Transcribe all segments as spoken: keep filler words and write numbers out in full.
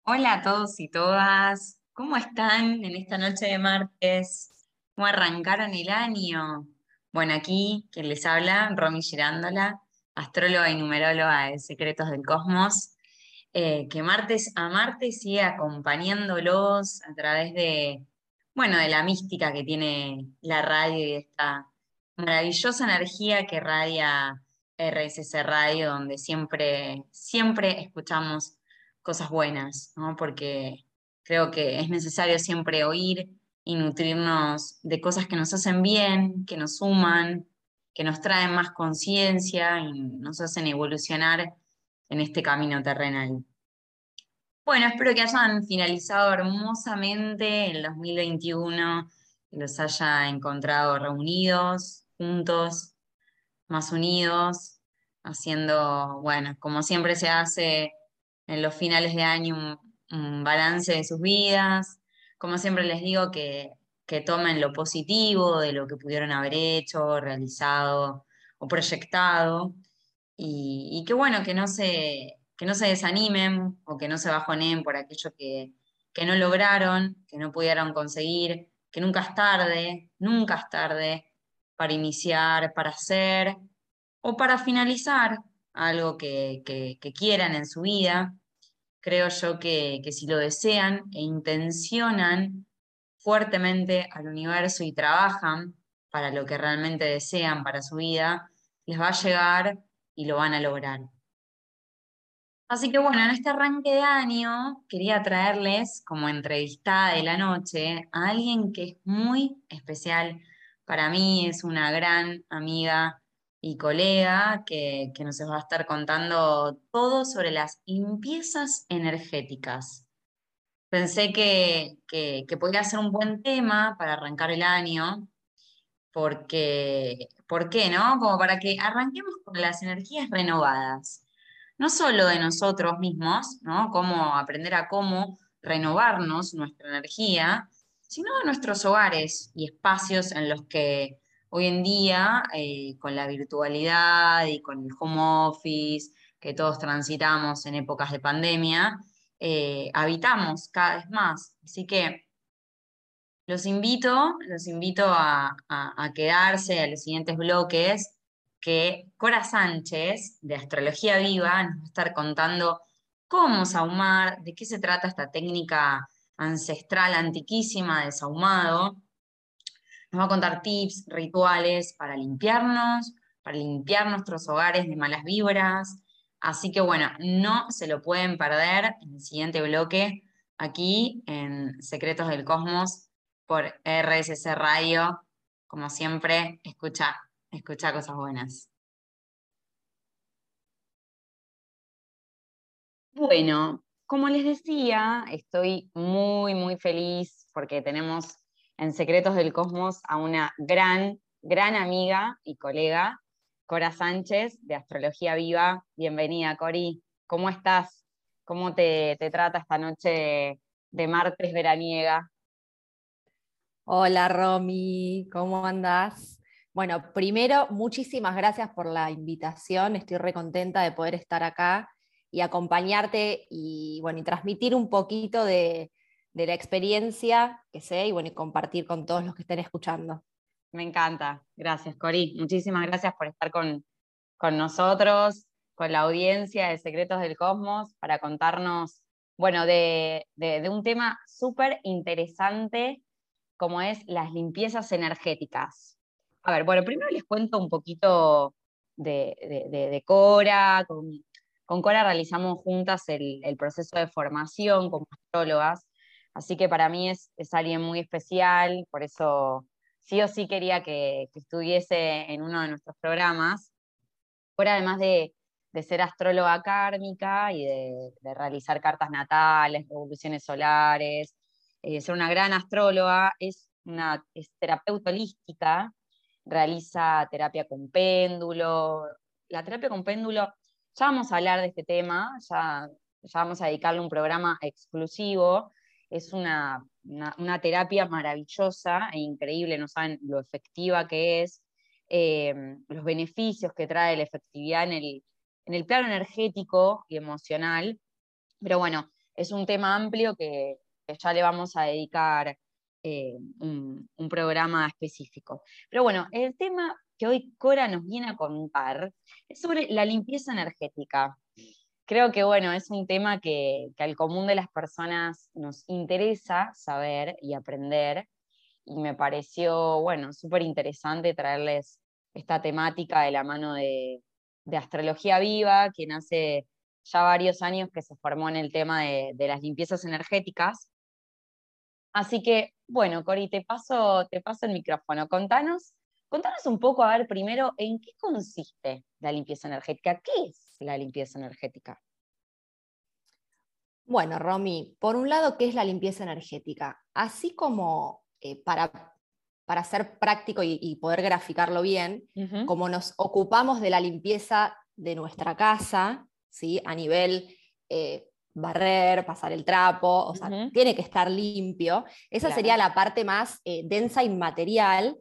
Hola a todos y todas, ¿cómo están en esta noche de martes? ¿Cómo arrancaron el año? Bueno, aquí quien les habla, Romy Girándola, astróloga y numeróloga de Secretos del Cosmos, eh, que martes a martes sigue acompañándolos a través de, bueno, de la mística que tiene la radio y de esta maravillosa energía que radia R S S Radio, donde siempre, siempre escuchamos cosas buenas, ¿no? Porque creo que es necesario siempre oír y nutrirnos de cosas que nos hacen bien, que nos suman, que nos traen más conciencia y nos hacen evolucionar en este camino terrenal. Bueno, espero que hayan finalizado hermosamente el dos mil veintiuno, que los haya encontrado reunidos, juntos, más unidos, haciendo, bueno, como siempre se hace en los finales de año, un, un balance de sus vidas. Como siempre les digo, que, que tomen lo positivo de lo que pudieron haber hecho, realizado o proyectado. Y, y que bueno, que no se, que no se desanimen o que no se bajoneen por aquello que, que no lograron, que no pudieron conseguir, que nunca es tarde, nunca es tarde para iniciar, para hacer o para finalizar algo que, que- que quieran en su vida. Creo yo que, que si lo desean e intencionan fuertemente al universo y trabajan para lo que realmente desean para su vida, les va a llegar y lo van a lograr. Así que bueno, en este arranque de año quería traerles como entrevistada de la noche a alguien que es muy especial para mí, es una gran amiga y colega que, que nos va a estar contando todo sobre las limpiezas energéticas. Pensé que, que, que podía ser un buen tema para arrancar el año, porque, ¿por qué no? Como para que arranquemos con las energías renovadas, no solo de nosotros mismos, ¿no? Cómo aprender a cómo renovarnos nuestra energía, sino de nuestros hogares y espacios en los que hoy en día, eh, con la virtualidad y con el home office, que todos transitamos en épocas de pandemia, eh, habitamos cada vez más. Así que los invito, los invito a, a- a quedarse a los siguientes bloques, que Cora Sánchez, de Astrología Viva, nos va a estar contando cómo sahumar, de qué se trata esta técnica ancestral antiquísima de sahumado. Nos va a contar tips, rituales para limpiarnos, para limpiar nuestros hogares de malas vibras. Así que bueno, no se lo pueden perder en el siguiente bloque, aquí en Secretos del Cosmos por R S S Radio. Como siempre, escucha, escucha cosas buenas. Bueno, como les decía, estoy muy, muy feliz porque tenemos en Secretos del Cosmos a una gran, gran amiga y colega, Cora Sánchez, de Astrología Viva. Bienvenida, Cori. ¿Cómo estás? ¿Cómo te, te trata esta noche de martes veraniega? Hola Romy, ¿cómo andás? Bueno, primero, muchísimas gracias por la invitación. Estoy re contenta de poder estar acá y acompañarte y, bueno, y transmitir un poquito de, de la experiencia que sé y, bueno, y compartir con todos los que estén escuchando. Me encanta. Gracias, Cori. Muchísimas gracias por estar con, con nosotros, con la audiencia de Secretos del Cosmos, para contarnos, bueno, de, de- de un tema súper interesante como es las limpiezas energéticas. A ver, bueno, primero les cuento un poquito de, de- de- de Cora. Con, con Cora realizamos juntas el, el proceso de formación como astrólogas, así que para mí es, es alguien muy especial, por eso sí o sí quería que, que estuviese en uno de nuestros programas. Cora, además de, de ser astróloga kármica y de, de realizar cartas natales, revoluciones solares, eh, ser una gran astróloga, es, una, es terapeuta holística, realiza terapia con péndulo. La terapia con péndulo, ya vamos a hablar de este tema, ya, ya vamos a dedicarle un programa exclusivo. Es una, una, una terapia maravillosa e increíble, no saben lo efectiva que es, eh, los beneficios que trae la efectividad en el, en el plano energético y emocional. Pero bueno, es un tema amplio que, que ya le vamos a dedicar eh, un, un programa específico. Pero bueno, el tema que hoy Cora nos viene a contar es sobre la limpieza energética. Creo que bueno, es un tema que, que al común de las personas nos interesa saber y aprender, y me pareció, bueno, súper interesante traerles esta temática de la mano de, de Astrología Viva, quien hace ya varios años que se formó en el tema de, de las limpiezas energéticas. Así que, bueno, Cori, te paso, te paso el micrófono. Contanos, contanos un poco, a ver, primero, ¿en qué consiste la limpieza energética? ¿Qué es la limpieza energética? Bueno, Romy, por un lado, ¿qué es la limpieza energética? Así como eh, para, para ser práctico y, y poder graficarlo bien, Ujú. como nos ocupamos de la limpieza de nuestra casa, ¿sí? A nivel eh, barrer, pasar el trapo, o sea, Ujú. tiene que estar limpio. Esa sería Claro. la parte más eh, densa y material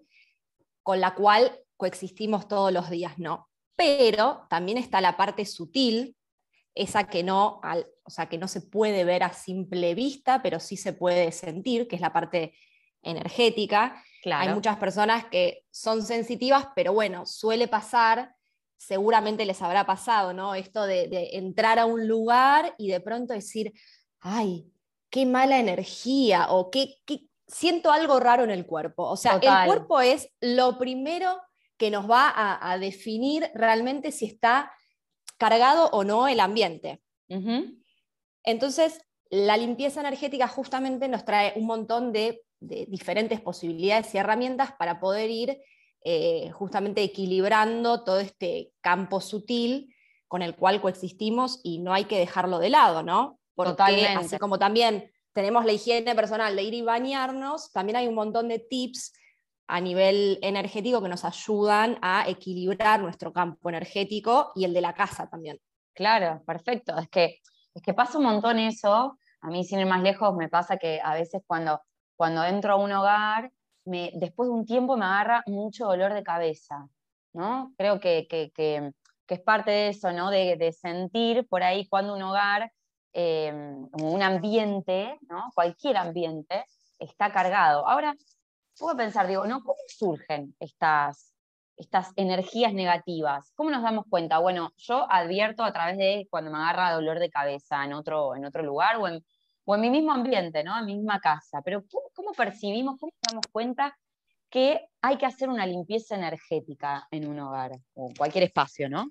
con la cual coexistimos todos los días, ¿no? Pero también está la parte sutil, esa que no, al, o sea, que no se puede ver a simple vista, pero sí se puede sentir, que es la parte energética. Hay Claro. muchas personas que son sensitivas, pero bueno, suele pasar, seguramente les habrá pasado, ¿no? Esto de, de entrar a un lugar y de pronto decir, ay, qué mala energía, o qué, qué, siento algo raro en el cuerpo. O sea, el Total. cuerpo es lo primero que nos va a, a definir realmente si está cargado o no el ambiente. Ujú. Entonces, la limpieza energética justamente nos trae un montón de, de diferentes posibilidades y herramientas para poder ir eh, justamente equilibrando todo este campo sutil con el cual coexistimos y no hay que dejarlo de lado, ¿no? Porque Totalmente. así como también tenemos la higiene personal de ir y bañarnos, también hay un montón de tips a nivel energético que nos ayudan a equilibrar nuestro campo energético y el de la casa también. Claro, perfecto. Es que, es que pasa un montón eso. A mí, sin ir más lejos, me pasa que a veces cuando, cuando entro a un hogar, me, después de un tiempo me agarra mucho dolor de cabeza, ¿no? Creo que, que, que, que es parte de eso, ¿no? De, de sentir por ahí cuando un hogar, eh, un ambiente, ¿no? Cualquier ambiente, está cargado. Ahora, puedo pensar, digo, ¿no? ¿Cómo surgen estas, estas energías negativas? ¿Cómo nos damos cuenta? Bueno, yo advierto a través de cuando me agarra dolor de cabeza en otro, en otro lugar o en, o en mi mismo ambiente, ¿no? En mi misma casa. Pero ¿cómo, cómo percibimos, cómo nos damos cuenta que hay que hacer una limpieza energética en un hogar o cualquier espacio, ¿no?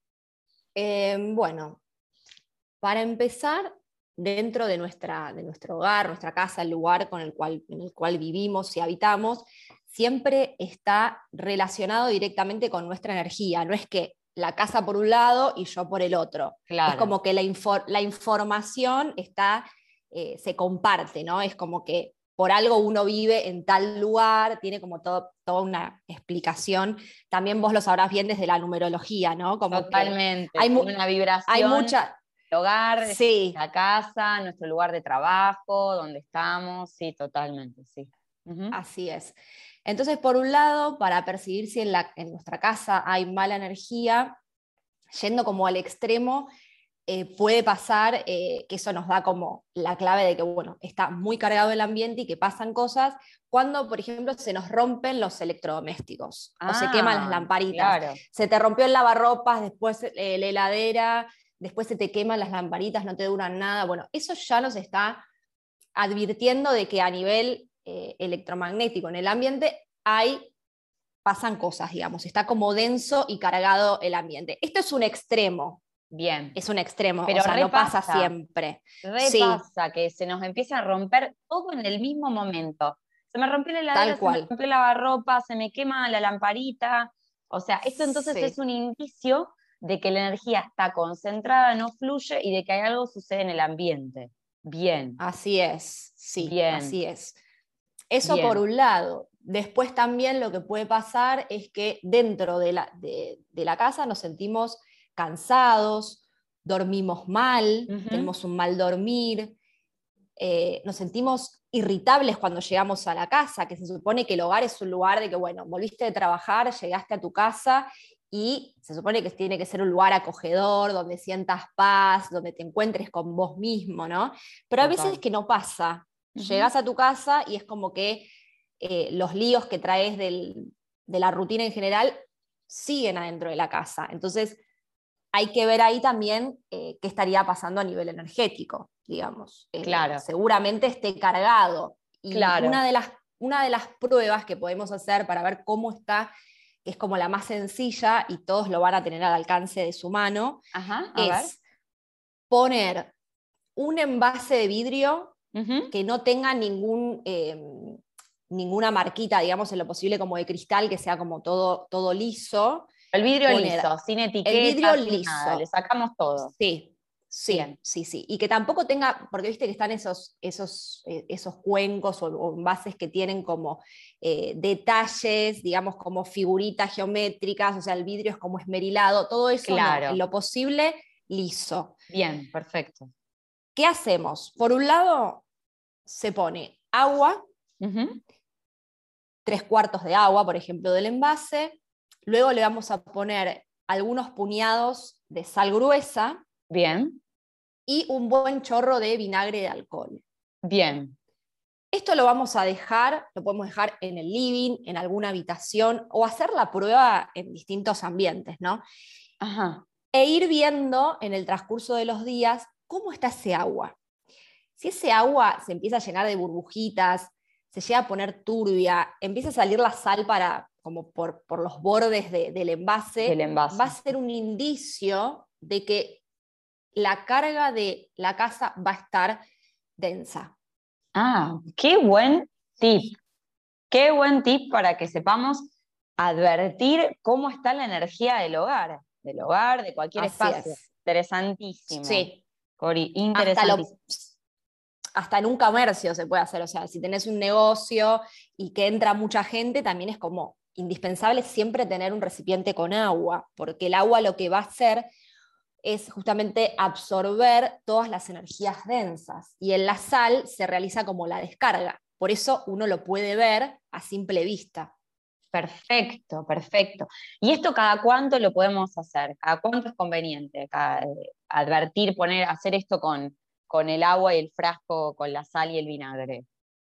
Eh, bueno, para empezar, dentro de, nuestra, de nuestro hogar, nuestra casa, el lugar con el cual, en el cual vivimos y habitamos, siempre está relacionado directamente con nuestra energía. No es que la casa por un lado y yo por el otro. Es Claro, como que la, infor la información está, eh, se comparte, ¿no? Es como que por algo uno vive en tal lugar, tiene como todo, toda una explicación. También vos lo sabrás bien desde la numerología, ¿no? Como que totalmente. hay, Tiene mu una hay vibración, mucha, el hogar, sí, la casa, nuestro lugar de trabajo, donde estamos, sí, totalmente, sí. Ujú. así es. Entonces, por un lado, para percibir si en, la, en nuestra casa hay mala energía, yendo como al extremo, eh, puede pasar eh, que eso nos da como la clave de que, bueno, está muy cargado el ambiente y que pasan cosas cuando, por ejemplo, se nos rompen los electrodomésticos o se queman las Ah, lamparitas. claro, Se te rompió el lavarropas, después eh, la heladera, después se te queman las lamparitas, no te duran nada. Bueno, eso ya nos está advirtiendo de que a nivel eh, electromagnético en el ambiente hay, pasan cosas, digamos, está como denso y cargado el ambiente. Esto es un extremo, bien. es un extremo, o Pero sea, no pasa repasa, siempre. Sí, repasa que se nos empieza a romper todo en el mismo momento. Se me rompió la heladera, tal se me cual. rompió el lavarropa, se me quema la lamparita. O sea, esto entonces es Sí, un indicio de que la energía está concentrada, no fluye y de que hay algo sucede en el ambiente. Bien, así es, sí, bien, así es. Eso por bien. un lado. Después también lo que puede pasar es que dentro de la, de, de la casa nos sentimos cansados, dormimos mal, Ujú. tenemos un mal dormir, eh, nos sentimos irritables cuando llegamos a la casa, que se supone que el hogar es un lugar de que, bueno, volviste de trabajar, llegaste a tu casa y se supone que tiene que ser un lugar acogedor, donde sientas paz, donde te encuentres con vos mismo, ¿no? Pero a veces Total. que no pasa. Ujú. Llegás a tu casa y es como que eh, los líos que traes del, de la rutina en general siguen adentro de la casa. Entonces, hay que ver ahí también eh, qué estaría pasando a nivel energético, digamos. Eh, Claro, seguramente esté cargado. Y claro. una de, las, una de las pruebas que podemos hacer para ver cómo está, que es como la más sencilla y todos lo van a tener al alcance de su mano, Ajá, a ver. es poner un envase de vidrio Ujú. que no tenga ningún, eh, ninguna marquita, digamos, en lo posible como de cristal, que sea como todo, todo liso. El vidrio Poner liso, sin el vidrio etiquetas, sin nada, le liso. sacamos todo. Sí, sí, Bien. sí, sí. Y que tampoco tenga, porque viste que están esos, esos, eh, esos cuencos o, o envases que tienen como eh, detalles, digamos, como figuritas geométricas, o sea, el vidrio es como esmerilado, todo eso no, en Claro. lo posible, liso. Bien, perfecto. ¿Qué hacemos? Por un lado, se pone agua, Ujú. tres cuartos de agua, por ejemplo, del envase. Luego le vamos a poner algunos puñados de sal gruesa Bien, y un buen chorro de vinagre de alcohol. bien. Esto lo vamos a dejar, lo podemos dejar en el living, en alguna habitación, o hacer la prueba en distintos ambientes, ¿no? Ajá. E ir viendo en el transcurso de los días cómo está ese agua. Si ese agua se empieza a llenar de burbujitas, se llega a poner turbia, empieza a salir la sal para, como por, por los bordes de, del Del envase, va a envase. ser un indicio de que la carga de la casa va a estar densa. Ah, qué buen tip. Qué buen tip para que sepamos advertir cómo está la energía del hogar, del hogar, de cualquier Así espacio. es. Interesantísimo, Sí, Cori, hasta, lo, interesantísimo. hasta en un comercio se puede hacer. O sea, si tenés un negocio y que entra mucha gente, también es como indispensable siempre tener un recipiente con agua, porque el agua lo que va a hacer es justamente absorber todas las energías densas y en la sal se realiza como la descarga. Por eso uno lo puede ver a simple vista. Perfecto, perfecto. ¿Y esto cada cuánto lo podemos hacer? ¿Cada cuánto es conveniente? Cada- eh, advertir, poner, hacer esto con, con el agua y el frasco, con la sal y el vinagre.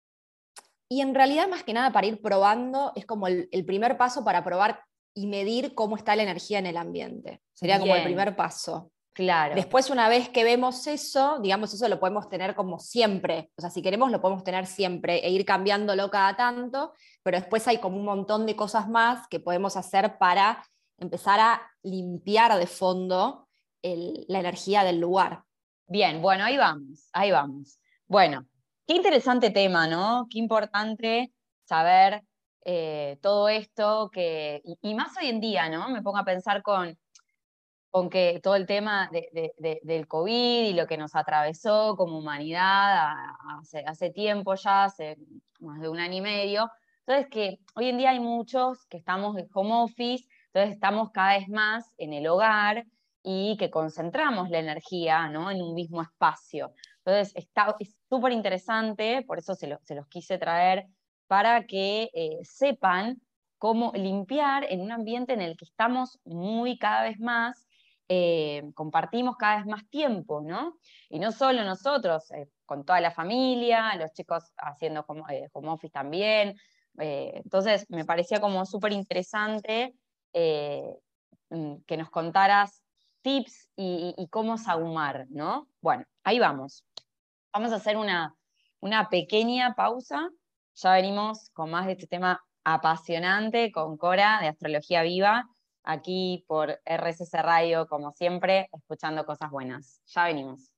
Y en realidad, más que nada, para ir probando, es como el, el primer paso para probar y medir cómo está la energía en el ambiente. Sería como el Bien, primer paso. claro. Después, una vez que vemos eso, digamos, eso lo podemos tener como siempre. O sea, si queremos, lo podemos tener siempre e ir cambiándolo cada tanto, pero después hay como un montón de cosas más que podemos hacer para empezar a limpiar de fondo el- la energía del lugar. Bien, bueno, ahí vamos, ahí vamos. Bueno, qué interesante tema, ¿no? Qué importante saber eh, todo esto que, y, y más hoy en día, ¿no? Me pongo a pensar con, con que todo el tema de- de- de- del COVID y lo que nos atravesó como humanidad a- a- hace, hace tiempo ya, hace más de un año y medio. Entonces que hoy en día hay muchos que estamos en home office, entonces estamos cada vez más en el hogar y que concentramos la energía, ¿no? En un mismo espacio. Entonces está, es súper interesante, por eso se, lo- se los quise traer, para que eh, sepan cómo limpiar en un ambiente en el que estamos muy cada vez más eh, compartimos cada vez más tiempo, ¿no? Y no solo nosotros, eh, con toda la familia, los chicos haciendo home, eh, home office también. Eh, entonces, me parecía como súper interesante eh, mm, que nos contaras tips y, y- y cómo sahumar, ¿no? Bueno, ahí vamos. Vamos a hacer una, una pequeña pausa. Ya venimos con más de este tema apasionante con Cora de Astrología Viva, aquí por R S S Radio, como siempre, escuchando cosas buenas. Ya venimos.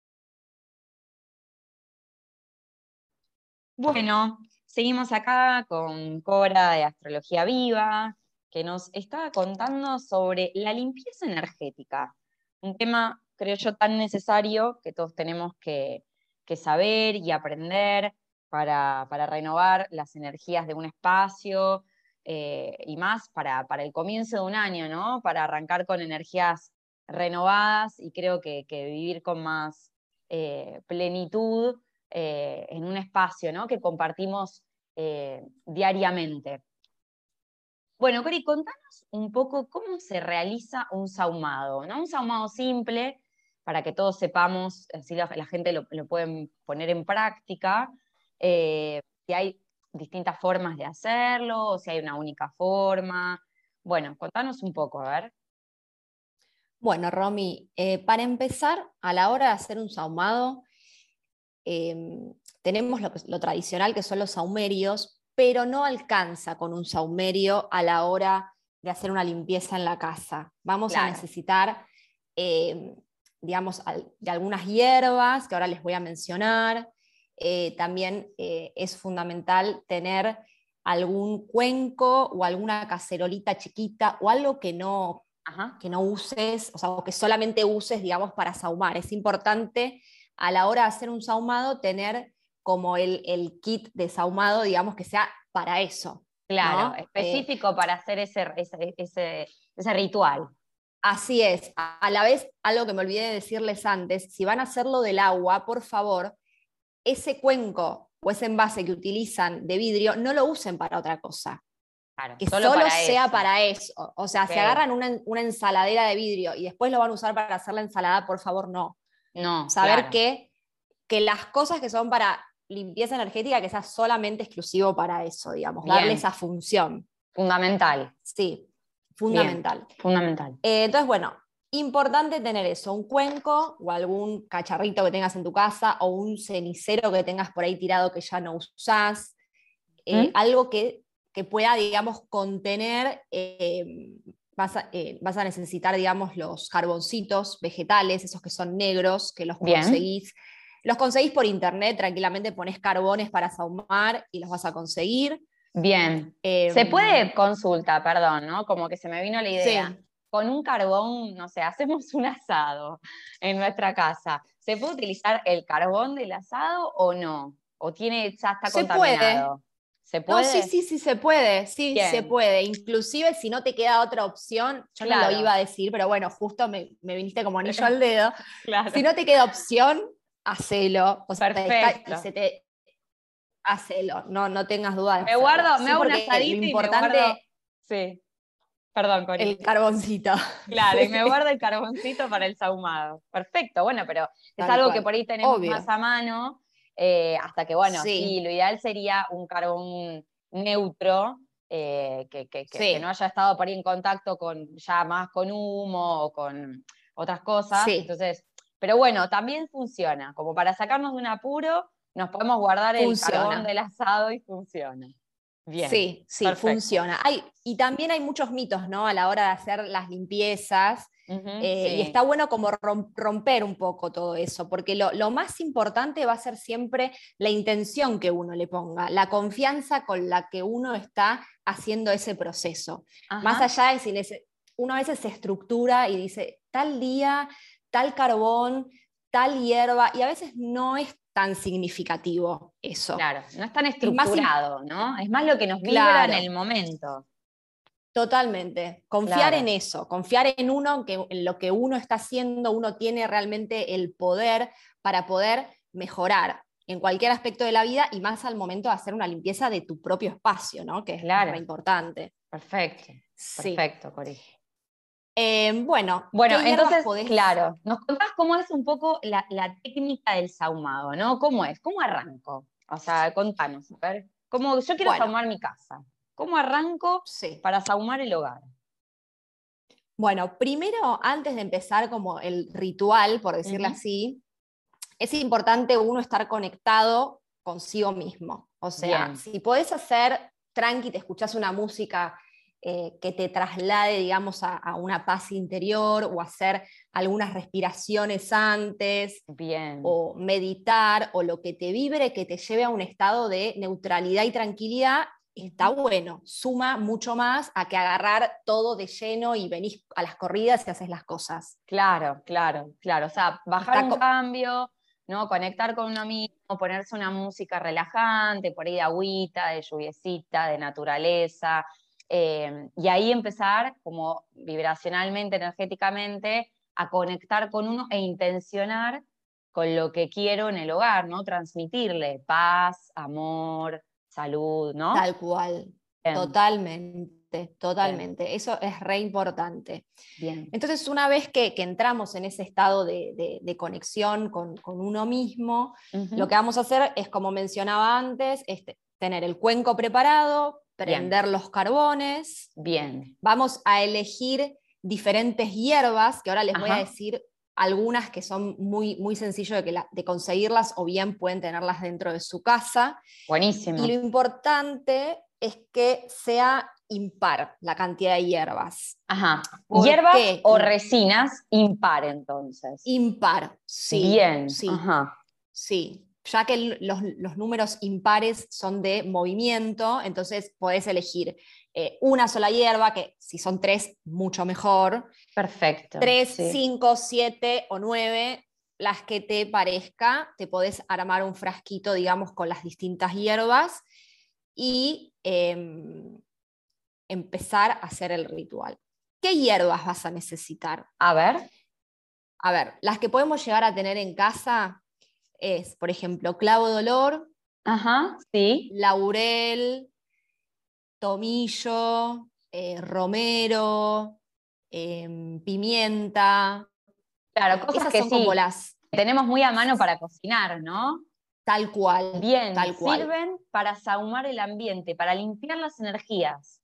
Bueno, seguimos acá con Cora de Astrología Viva, que nos estaba contando sobre la limpieza energética, un tema, creo yo, tan necesario que todos tenemos que, que saber y aprender para, para renovar las energías de un espacio eh, y más para, para el comienzo de un año, ¿no? Para arrancar con energías renovadas y creo que, que vivir con más eh, plenitud eh, en un espacio, ¿no? Que compartimos eh, diariamente. Bueno, Cori, contanos un poco cómo se realiza un sahumado, ¿no? Un sahumado simple, para que todos sepamos, así la, la gente lo, lo pueden poner en práctica, eh, si hay distintas formas de hacerlo, o si hay una única forma. Bueno, contanos un poco, a ver. Bueno, Romy, eh, para empezar, a la hora de hacer un sahumado, eh, tenemos lo, lo tradicional que son los sahumerios, pero no alcanza con un sahumerio a la hora de hacer una limpieza en la casa. Vamos a Claro. necesitar, eh, digamos, al- de algunas hierbas que ahora les voy a mencionar. Eh, también eh, es fundamental tener algún cuenco o alguna cacerolita chiquita o algo que no, Ajá. que no uses, o sea, o que solamente uses, digamos, para sahumar. Es importante a la hora de hacer un sahumado tener como el, el kit de sahumado, digamos, que sea para eso, Claro, ¿no? Eh, específico para hacer ese, ese, ese, ese ritual. así es. A, a la vez, algo que me olvidé de decirles antes, si van a hacerlo del agua, por favor, ese cuenco o ese envase que utilizan de vidrio, no lo usen para otra cosa. Claro, Que solo solo para sea eso. para eso. O sea, si Ok. agarran una, una ensaladera de vidrio y después lo van a usar para hacer la ensalada, por favor, no. No, Saber claro. que, que las cosas que son para limpieza energética, que sea solamente exclusivo para eso, digamos, darle Bien, esa función. fundamental. Sí, Bien, fundamental. fundamental. Eh, entonces, bueno, importante tener eso, un cuenco o algún cacharrito que tengas en tu casa o un cenicero que tengas por ahí tirado que ya no usás, eh, ¿Mm? algo que, que pueda, digamos, contener, eh, vas, a, eh, vas a necesitar, digamos, los carboncitos vegetales, esos que son negros, que los Bien, conseguís. Los conseguís por internet, tranquilamente pones carbones para sahumar y los vas a conseguir. bien. Eh, Se puede, consulta, perdón, ¿no? Como que se me vino la idea. sí, Con un carbón, no sé, hacemos un asado en nuestra casa. ¿Se puede utilizar el carbón del asado o no? ¿O tiene, ya está se puede. contaminado? ¿Se No, sí, puede? sí, sí se puede, sí, se Bien, puede. Inclusive si no te queda otra opción, yo no lo iba claro, a decir, pero bueno, justo me, me viniste como anillo al dedo. Si claro. no te queda opción, hacelo. O sea, está, y Perfecto. se te, hacelo, no, no tengas duda de Me hacerlo. guardo, me Sí, hago un porque lo asadito y me guardo. importante, Sí, perdón, Cori. el carboncito. Claro, y me Sí, guardo el carboncito para el sahumado. Perfecto, bueno, pero es tal algo que cual. por ahí tenemos más Obvio. a mano, eh, hasta que, bueno, sí, Sí, lo ideal sería un carbón neutro, eh, que, que, que, que no sí, haya estado por ahí en contacto con ya más con humo o con otras cosas. sí. Entonces, pero bueno, también funciona, como para sacarnos de un apuro, nos podemos guardar el carbón Funciona. del asado y funciona. Bien, Sí, sí, perfecto. funciona. Hay, y también hay muchos mitos, ¿no? A la hora de hacer las limpiezas. Ujú, Eh, y sí, está bueno como rom- romper un poco todo eso, porque lo, lo más importante va a ser siempre la intención que uno le ponga, la confianza con la que uno está haciendo ese proceso. Más ajá, allá de si nece- uno a veces se estructura y dice tal día, tal carbón, tal hierba, y a veces no es tan significativo eso. claro, no es tan Es más, im- estructurado, ¿no? Es más lo que nos vibra en el claro, momento. totalmente. Confiar en Claro, eso, confiar en uno, que en lo que uno está haciendo, uno tiene realmente el poder para poder mejorar en cualquier aspecto de la vida y más al momento de hacer una limpieza de tu propio espacio, ¿no? Que es, es re claro, importante. perfecto, Sí. perfecto, Cori. Eh, bueno, Bueno, ¿qué hierbas entonces, podés? claro, nos contás cómo es un poco la, la técnica del sahumado, ¿no? ¿Cómo es? ¿Cómo arranco? O sea, contanos, a ver, ¿cómo, yo quiero Bueno, sahumar mi casa. ¿Cómo arranco sí. para sahumar el hogar? Bueno, primero, antes de empezar como el ritual, por decirlo Ujú, así, es importante uno estar conectado consigo mismo. O sea, bien, si podés hacer tranqui, te escuchás una música eh, que te traslade, digamos, a, a una paz interior o hacer algunas respiraciones antes bien. o meditar o lo que te vibre, que te lleve a un estado de neutralidad y tranquilidad, está Ujú. bueno, suma mucho más a que agarrar todo de lleno y venís a las corridas y haces las cosas. Claro, claro, claro. O sea, bajar Está un co- cambio, ¿no? Conectar con uno mismo, ponerse una música relajante, por ahí de agüita, de lluviecita, de naturaleza. Eh, y ahí empezar, como vibracionalmente, energéticamente, a conectar con uno e intencionar con lo que quiero en el hogar, ¿no? Transmitirle paz, amor, salud, ¿no? Tal cual, Bien. totalmente. Totalmente, totalmente. Eso es re importante. Bien. Entonces, una vez que, que entramos en ese estado de, de, de conexión con, con uno mismo, Uh-huh. lo que vamos a hacer es, como mencionaba antes, es tener el cuenco preparado, prender Bien. los carbones. Bien. Vamos a elegir diferentes hierbas, que ahora les Ajá. voy a decir algunas que son muy, muy sencillo de, que la, de conseguirlas, o bien pueden tenerlas dentro de su casa. Buenísimo. Y lo importante es que sea impar la cantidad de hierbas. Ajá. ¿Por ¿Hierbas qué? o resinas impar entonces? Impar, sí. Bien. Sí, Ajá. sí. Ya que los, los números impares son de movimiento, entonces podés elegir eh, una sola hierba, que si son tres, mucho mejor. Perfecto. Tres, sí. cinco, siete o nueve, las que te parezca. Te podés armar un frasquito, digamos, con las distintas hierbas y eh, empezar a hacer el ritual. ¿Qué hierbas vas a necesitar? A ver. A ver, las que podemos llegar a tener en casa es, por ejemplo, clavo de olor, Ajá, sí. laurel, tomillo, eh, romero, eh, pimienta. Claro, Eh, cosas esas que son como sí, las tenemos muy a mano para cocinar, ¿no? tal cual, Bien, tal cual. sirven para sahumar el ambiente, para limpiar las energías.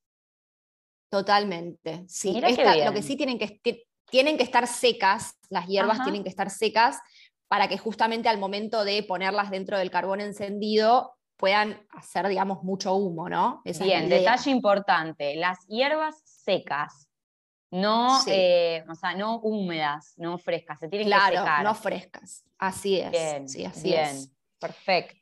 Totalmente, sí. Mira qué Esta, lo que bien. sí tienen que, tienen que estar secas, las hierbas Ajá. tienen que estar secas para que justamente al momento de ponerlas dentro del carbón encendido puedan hacer, digamos, mucho humo, ¿no? Esa Bien, es la idea. detalle importante, las hierbas secas, no, Sí, eh, o sea, no húmedas, no frescas, se tienen que claro, no secar. frescas. Así es, Bien, sí, así es. bien, perfecto.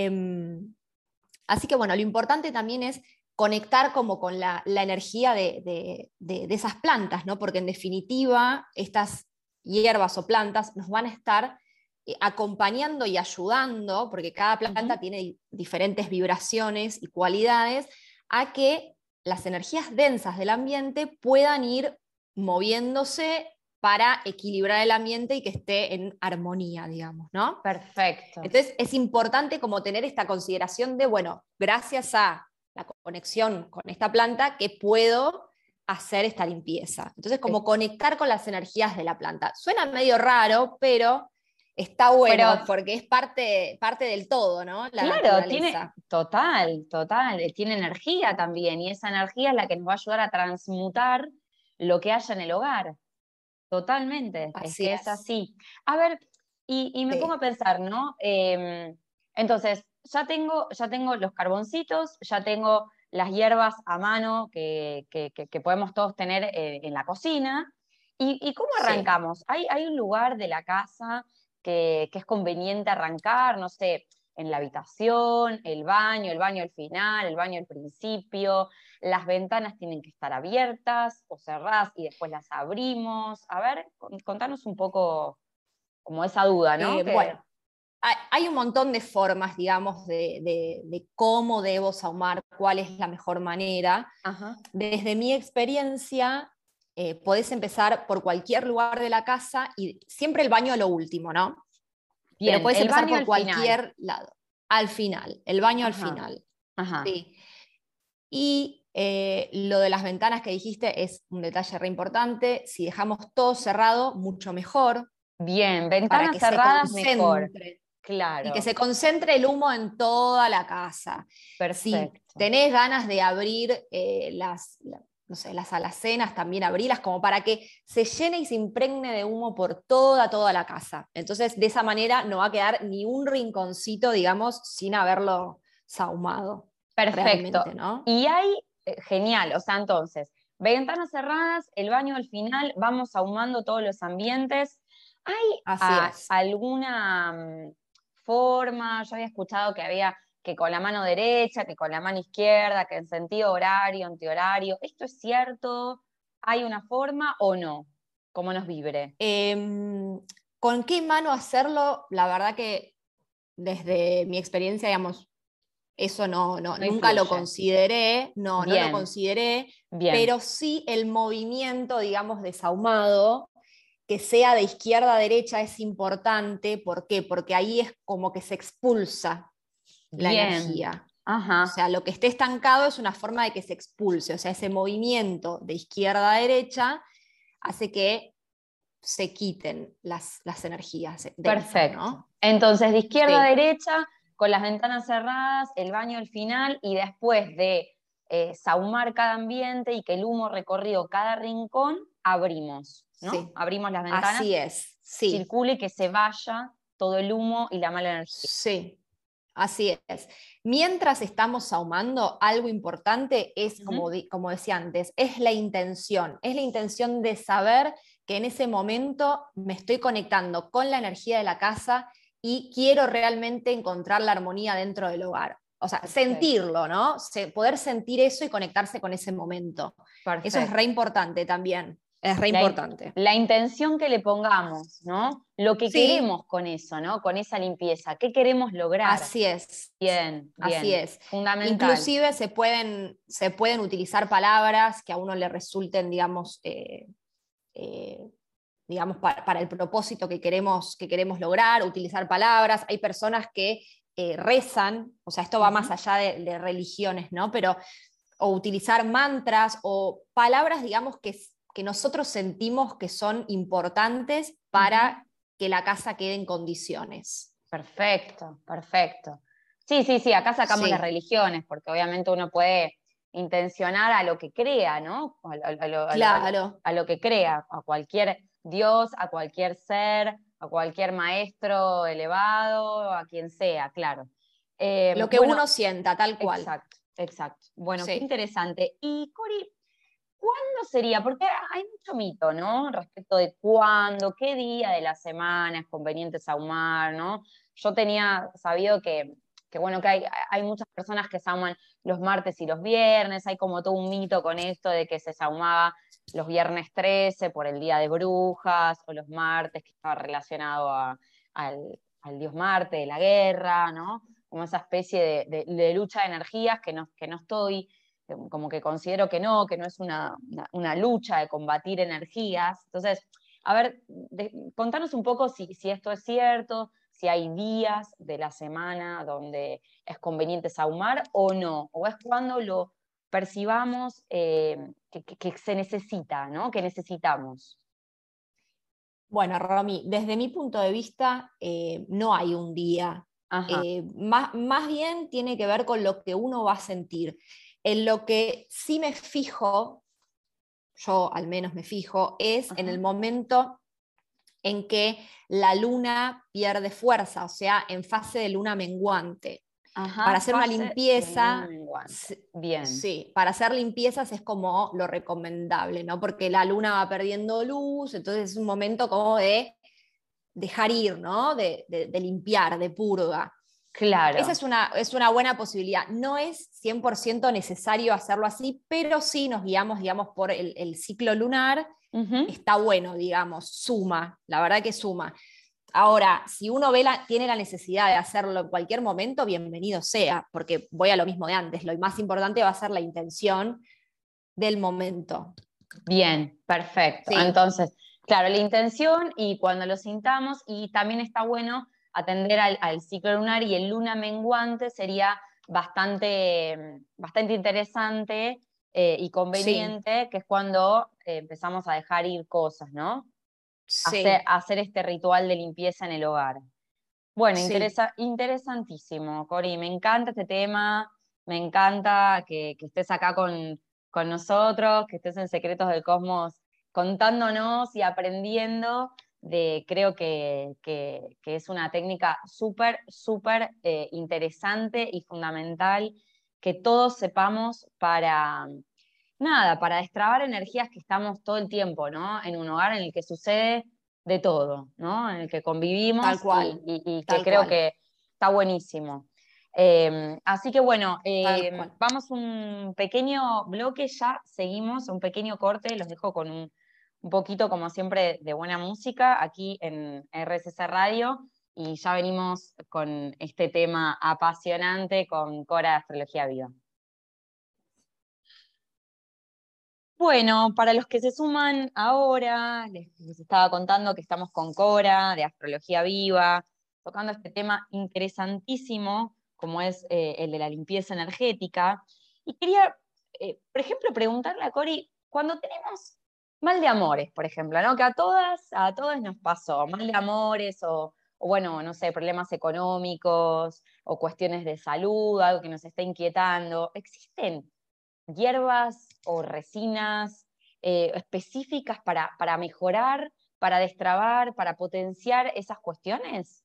Eh, así que bueno, lo importante también es conectar como con la, la energía de, de, de, de esas plantas, ¿no? Porque en definitiva estas hierbas o plantas nos van a estar eh, acompañando y ayudando, porque cada planta Uh-huh. tiene diferentes vibraciones y cualidades, a que las energías densas del ambiente puedan ir moviéndose para equilibrar el ambiente y que esté en armonía, digamos, ¿no? Perfecto. Entonces es importante como tener esta consideración de, bueno, gracias a la conexión con esta planta que puedo hacer esta limpieza. Entonces como conectar con las energías de la planta. Suena medio raro, pero está bueno Pero porque es parte, parte del todo, ¿no? La claro, tiene, naturaleza. total, total, eh, tiene energía también y esa energía es la que nos va a ayudar a transmutar lo que haya en el hogar. Totalmente, es Así que es es. así. A ver, y, y me pongo a Sí, pensar, ¿no? Em, entonces, ya tengo, ya tengo los carboncitos, ya tengo las hierbas a mano que, que- que- que podemos todos tener eh, en la cocina. ¿Y, y cómo sí. arrancamos? ¿Hay, hay un lugar de la casa que, que es conveniente arrancar? No sé, en la habitación, el baño, el baño al final, el baño al principio. Las ventanas tienen que estar abiertas o cerradas y después las abrimos. A ver, contanos un poco como esa duda, ¿no? Eh, Que, bueno, hay, hay un montón de formas, digamos, de, de, de cómo debo sahumar, cuál es la mejor manera. ajá. Desde mi experiencia, eh, podés empezar por cualquier lugar de la casa y siempre el baño a lo último, ¿no? Pero Bien, podés el empezar baño por al final. cualquier lado. Al final, el baño al Ajá, final. ajá. Sí. Y eh, lo de las ventanas que dijiste es un detalle re importante. Si dejamos todo cerrado, mucho mejor Bien, para ventanas que se cerradas mejor. concentre y que Claro, se concentre el humo en toda la casa. Si perfecto. tenés ganas de abrir eh, las, la- no sé, las alacenas, también abrirlas como para que se llene y se impregne de humo por toda, toda la casa. Entonces, de esa manera no va a quedar ni un rinconcito, digamos, sin haberlo sahumado Perfecto. realmente, ¿no? Y hay, eh, genial, o sea, entonces, ventanas cerradas, el baño al final, vamos ahumando todos los ambientes. ¿Hay Así ah, es. alguna mm, forma? Yo había escuchado que había que con la mano derecha, que con la mano izquierda, que en sentido horario, antihorario. ¿Esto es cierto? ¿Hay una forma o no? ¿Cómo nos vibre? Em, ¿Con qué mano hacerlo? La verdad que desde mi experiencia, digamos, eso no, no, No nunca lo influye. consideré, no, no lo Bien, consideré, bien, pero sí el movimiento, digamos, desahumado, que sea de izquierda a derecha es importante. ¿Por qué? Porque ahí es como que se expulsa la bien. energía. Ajá. O sea, lo que esté estancado es una forma de que se expulse. O sea, ese movimiento de izquierda a derecha hace que se quiten las, las energías densas, Perfecto. ¿no? Entonces, de izquierda a Sí, derecha, con las ventanas cerradas, el baño al final, y después de eh, sahumar cada ambiente y que el humo recorrido cada rincón, abrimos, ¿no? sí. Abrimos las ventanas, Así es, sí, circule, que se vaya todo el humo y la mala energía. sí. Así es. Mientras estamos ahumando, algo importante es, como, Ujú. di- como decía antes, es la intención. Es la intención de saber que en ese momento me estoy conectando con la energía de la casa y quiero realmente encontrar la armonía dentro del hogar. O sea, Perfecto, sentirlo, ¿no? Se- poder sentir eso y conectarse con ese momento. Eso es re perfecto. importante también. Es re La, in- importante. la intención que le pongamos, ¿no? Lo que Sí, queremos con eso, ¿no? Con esa limpieza, ¿qué queremos lograr? así es. Bien, Así bien, es. fundamental. Inclusive se pueden, se pueden utilizar palabras que a uno le resulten, digamos, eh, eh, digamos pa- para el propósito que queremos, que queremos lograr, utilizar palabras. Hay personas que eh, rezan, o sea, esto va más Ujú, allá de, de religiones, ¿no? Pero, o utilizar mantras o palabras, digamos, que, que nosotros sentimos que son importantes ujú. para que la casa quede en condiciones. Perfecto, perfecto. Sí, sí, sí, acá sacamos las Sí, religiones, porque obviamente uno puede intencionar a lo que crea, ¿no? A, lo, a lo- a lo- a lo- claro. a lo que crea, a cualquier Dios, a cualquier ser, a cualquier maestro elevado, a quien sea, claro. Eh, Lo que bueno, uno sienta, tal cual. exacto, exacto. Bueno, qué Sí. interesante. Y Cori, ¿cuándo sería? Porque hay mucho mito, ¿no? Respecto de cuándo, qué día de la semana es conveniente sahumar, ¿no? Yo tenía sabido que, que bueno, que hay, hay muchas personas que sahuman los martes y los viernes, hay como todo un mito con esto de que se sahumaba los viernes trece por el Día de Brujas, o los martes que estaba relacionado a- al, al dios Marte, de la guerra, ¿no? Como esa especie de, de- de lucha de energías que no, que no estoy como que considero que no, que no es una, una, una lucha de combatir energías. Entonces, a ver, de, contanos un poco si, si esto es cierto, si hay días de la semana donde es conveniente sahumar o no, o es cuando lo percibamos eh, que, que, que se necesita, ¿no? Que necesitamos. Bueno, Romy, desde mi punto de vista, eh, no hay un día. Ajá, Eh, más, más bien tiene que ver con lo que uno va a sentir. En lo que sí me fijo, yo al menos me fijo, es en el ajá, momento en que la luna pierde fuerza, o sea, en fase de luna menguante. Para ajá, hacer una fase de luna limpieza, menguante. Bien, sí, para hacer limpiezas es como lo recomendable, ¿no? Porque la luna va perdiendo luz, entonces es un momento como de dejar ir, ¿no? De, de, de limpiar, de purga. Esa claro. es una, es una buena posibilidad. No es cien por ciento necesario hacerlo así, pero sí nos guiamos, digamos, por el, el ciclo lunar. Ujú. Está bueno, digamos, suma, la verdad que suma. Ahora, si uno ve la, tiene la necesidad de hacerlo en cualquier momento, bienvenido sea, porque voy a lo mismo de antes. Lo más importante va a ser la intención del momento. Bien, perfecto. Sí, Entonces, claro, la intención y cuando lo sintamos, y también está bueno atender al, al ciclo lunar y el luna menguante sería bastante, bastante interesante eh, y sí, conveniente, que es cuando eh, empezamos a dejar ir cosas, ¿no? Hacer, sí, hacer este ritual de limpieza en el hogar. Bueno, sí. interesa, interesantísimo, Cori. Me encanta este tema, me encanta que, que estés acá con, con nosotros, que estés en Secretos del Cosmos contándonos y aprendiendo de, creo que, que, que es una técnica súper, súper eh, interesante y fundamental que todos sepamos para, nada, para destrabar energías que estamos todo el tiempo, ¿no? En un hogar en el que sucede de todo, ¿no? En el que Tal convivimos y, cual, y- y que tal creo cual, que está buenísimo. Eh, así que bueno, tal eh, cual. vamos un pequeño bloque, ya seguimos, un pequeño corte, los dejo con un, un poquito, como siempre, de buena música aquí en R S C Radio y ya venimos con este tema apasionante con Cora de Astrología Viva. Bueno, para los que se suman ahora, les, les estaba contando que estamos con Cora, de Astrología Viva, tocando este tema interesantísimo, como es eh, el de la limpieza energética. Y quería, eh, por ejemplo, preguntarle a Cori, cuando tenemos mal de amores, por ejemplo, ¿no? Que a todas, a todos nos pasó, mal de amores o, o, bueno, no sé, problemas económicos o cuestiones de salud, algo que nos está inquietando. ¿Existen hierbas o resinas eh, específicas para, para mejorar, para destrabar, para potenciar esas cuestiones?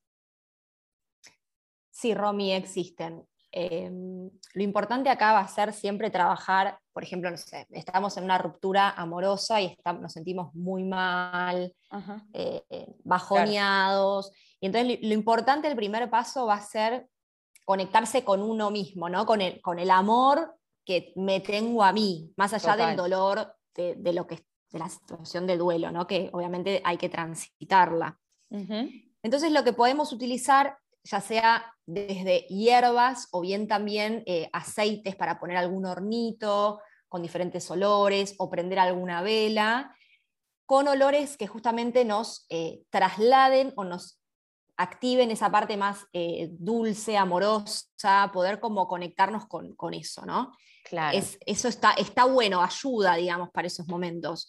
Sí, Romy, existen. Eh, lo importante acá va a ser siempre trabajar, por ejemplo, no sé, estamos en una ruptura amorosa y está- nos sentimos muy mal, Ajá, eh, eh, claro. bajoneados. Y entonces lo, lo importante, el primer paso va a ser conectarse con uno mismo, ¿no? Con el, con el amor que me tengo a mí, más allá del Total. dolor de, de lo que, de la situación de duelo, ¿no? Que obviamente hay que transitarla. Ujú. Entonces lo que podemos utilizar, ya sea desde hierbas o bien también eh, aceites para poner algún hornito con diferentes olores o prender alguna vela, con olores que justamente nos eh, trasladen o nos activen esa parte más eh, dulce, amorosa, poder como conectarnos con, con eso, ¿no? Claro. Es, eso está, está bueno, ayuda, digamos, para esos momentos.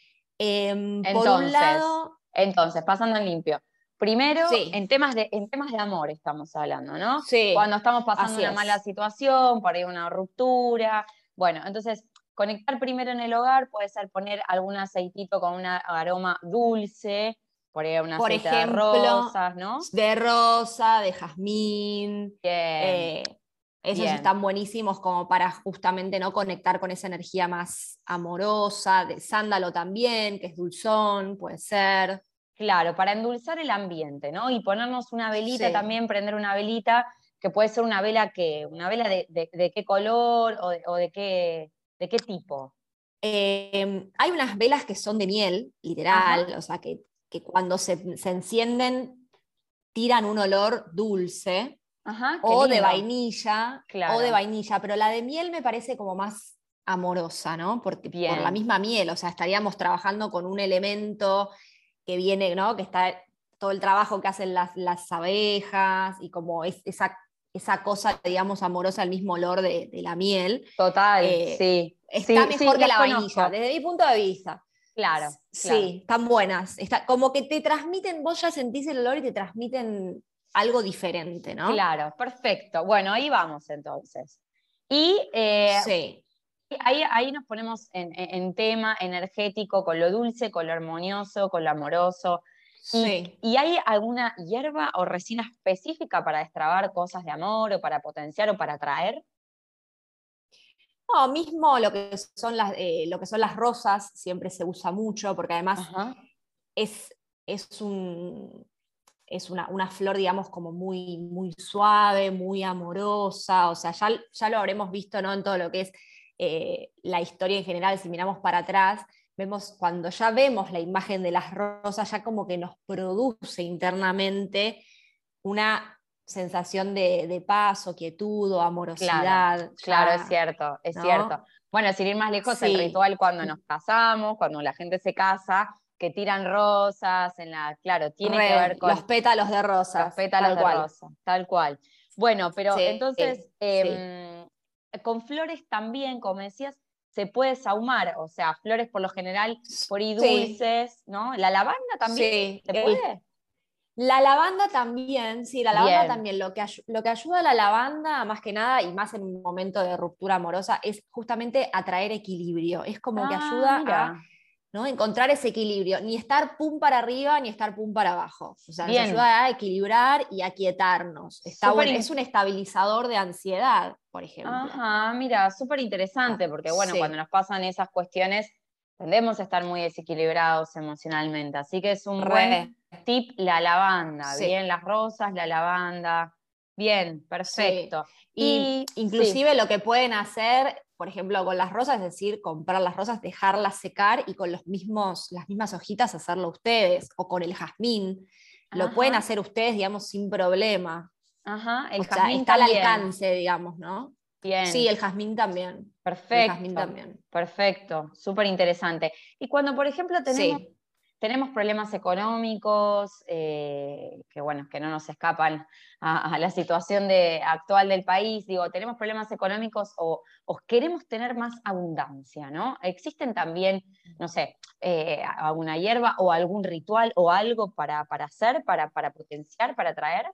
Eh, por un Entonces, lado, entonces, pasando en limpio. Primero, en sí, temas de, en temas de amor estamos hablando, ¿no? sí, Cuando estamos pasando así una mala es. situación, por ahí una ruptura. Bueno, entonces, conectar primero en el hogar puede ser poner algún aceitito con un aroma dulce, por ahí un Por aceite de ejemplo, rosas, ¿no? de rosa, de jazmín. Bien, eh, Esos bien. están buenísimos como para justamente no conectar con esa energía más amorosa, de sándalo también, que es dulzón, puede ser. Claro, para endulzar el ambiente, ¿no? Y ponernos una velita Sí. también, prender una velita, que puede ser una vela que, una vela de, de- de qué color o de, o de qué, de qué tipo. Eh, hay unas velas que son de miel, Ajá, literal, o sea, que, que cuando se, se encienden tiran un olor dulce, ajá, qué o de lindo. vainilla, o de Claro, vainilla, pero la de miel me parece como más amorosa, ¿no? Porque por la bien, misma miel, o sea, estaríamos trabajando con un elemento que viene, ¿no? Que está todo el trabajo que hacen las, las abejas y como es, esa, esa cosa, digamos, amorosa, el mismo olor de, de la miel, total, eh, sí, está sí, sí, mejor que las la vainilla, conozco. desde mi punto de vista. Claro, claro, Sí, están buenas. Está, como que te transmiten, vos ya sentís el olor y te transmiten algo diferente, ¿no? claro, perfecto. Bueno, ahí vamos entonces. Y eh, Sí, ahí, ahí nos ponemos en, en- en tema energético, con lo dulce, con lo armonioso, con lo amoroso. ¿Y, sí. y hay alguna hierba o resina específica para destrabar cosas de amor o para potenciar o para atraer? No, mismo lo que son las, eh, lo que son las rosas siempre se usa mucho, porque además Ajá, es, es, un, es una, una flor, digamos, como muy, muy suave, muy amorosa, o sea, ya, ya lo habremos visto, ¿no? En todo lo que es eh, la historia en general, si miramos para atrás, vemos, cuando ya vemos la imagen de las rosas, ya como que nos produce internamente una sensación de, de paz o quietud o claro, amorosidad, claro, es ya, cierto, es cierto. ¿no? Bueno, sin ir más lejos, el Sí, ritual cuando nos casamos, cuando la gente se casa, que tiran rosas en la, claro, tiene que ver re, los con pétalos de los rosas, pétalos tal de cual. rosa, tal cual. Bueno, pero Sí, entonces, sí, em, con flores también, como decías, se puede sahumar, o sea, flores por lo general por y sí, dulces, ¿no? ¿La lavanda también sí. se El, puede? la lavanda también, sí, la lavanda Bien. también. Lo que, ayu- lo que ayuda a la lavanda, más que nada, y más en un momento de ruptura amorosa, es justamente atraer equilibrio. Es como que Ah, ayuda a, mira, ¿no? Encontrar ese equilibrio, ni estar pum para arriba, ni estar pum para abajo. O sea, nos bien. ayuda a equilibrar y a quietarnos. Está Súper, bueno, es in- un estabilizador de ansiedad, por ejemplo. ajá, mira, súper Ah, interesante, porque bueno, cuando sí, nos pasan esas cuestiones, tendemos a estar muy desequilibrados emocionalmente. Así que es un buen re, tip la lavanda, sí, bien las rosas, la lavanda. Bien, sí. perfecto. Y Y sí, inclusive lo que pueden hacer, por ejemplo, con las rosas, es decir, comprar las rosas, dejarlas secar y con los mismos, las mismas hojitas hacerlo ustedes, o con el jazmín, lo pueden ajá, hacer ustedes, digamos, sin problema. ajá, el O sea, jazmín está al también. alcance, digamos, ¿no? Sí, Bien, el jazmín también. El jazmín perfecto, también. perfecto, súper interesante. Y cuando, por ejemplo, tenemos Sí, tenemos problemas económicos, eh, que bueno, que no nos escapan a, a la situación de, actual del país, digo, tenemos problemas económicos o, o queremos tener más abundancia, ¿no? Existen también, no sé, eh, alguna hierba o algún ritual o algo para, para hacer, para, para potenciar, para atraer.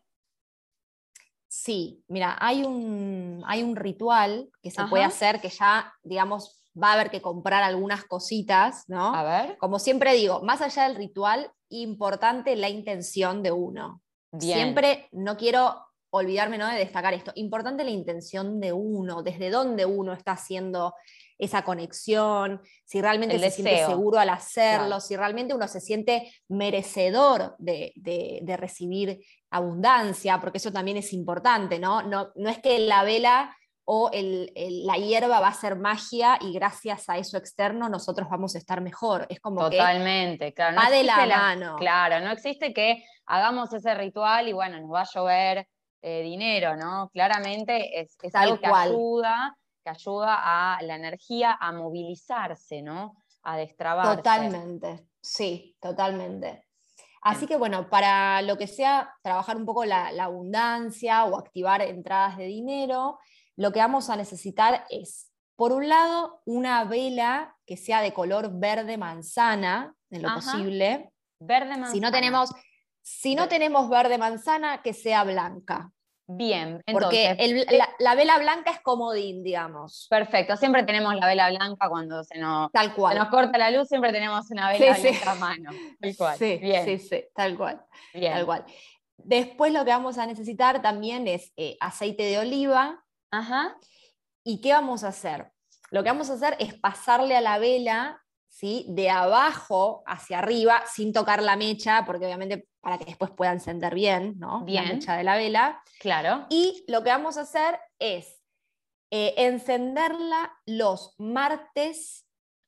Sí, mira, hay un, hay un ritual que se puede Ajá, hacer que ya, digamos, va a haber que comprar algunas cositas, a ¿no? ver, Como siempre digo, más allá del ritual, importante la intención de uno. bien, Siempre no quiero olvidarme, ¿no?, de destacar esto. Importante la intención de uno, desde dónde uno está haciendo esa conexión, si realmente el se siente deseo, seguro al claro, hacerlo, si realmente uno se siente merecedor de, de, de recibir abundancia, porque eso también es importante, ¿no? No, no es que la vela o el, el, la hierba va a ser magia y gracias a eso externo nosotros vamos a estar mejor. Es como que totalmente, claro, no va de existe la la, mano. claro, no existe que hagamos ese ritual y bueno, nos va a llover eh, dinero, ¿no? Claramente es, es algo Tal que cual. ayuda, que ayuda a la energía a movilizarse, ¿no? A destrabarse. Totalmente, sí, totalmente. Así Bien. que bueno, para lo que sea trabajar un poco la, la abundancia o activar entradas de dinero, lo que vamos a necesitar es, por un lado, una vela que sea de color verde manzana, en lo Ajá, posible. verde Si no manzana. tenemos, si no Ve- tenemos verde manzana, que sea blanca, Bien, porque entonces, el- eh, la, la vela blanca es comodín, digamos, perfecto, siempre tenemos la vela blanca cuando se nos, tal se nos cual. corta la luz, siempre tenemos una Sí, vela sí, blanca a mano, tal cual. sí, sí, Bien, sí, tal cual, tal bien. cual. Después lo que vamos a necesitar también es eh, aceite de oliva. Ajá, ¿Y qué vamos a hacer? Lo que vamos a hacer es pasarle a la vela, ¿sí?, de abajo hacia arriba, sin tocar la mecha, porque obviamente para que después pueda encender bien, ¿no?, la bien, mecha de la vela. claro. Y lo que vamos a hacer es eh, encenderla los martes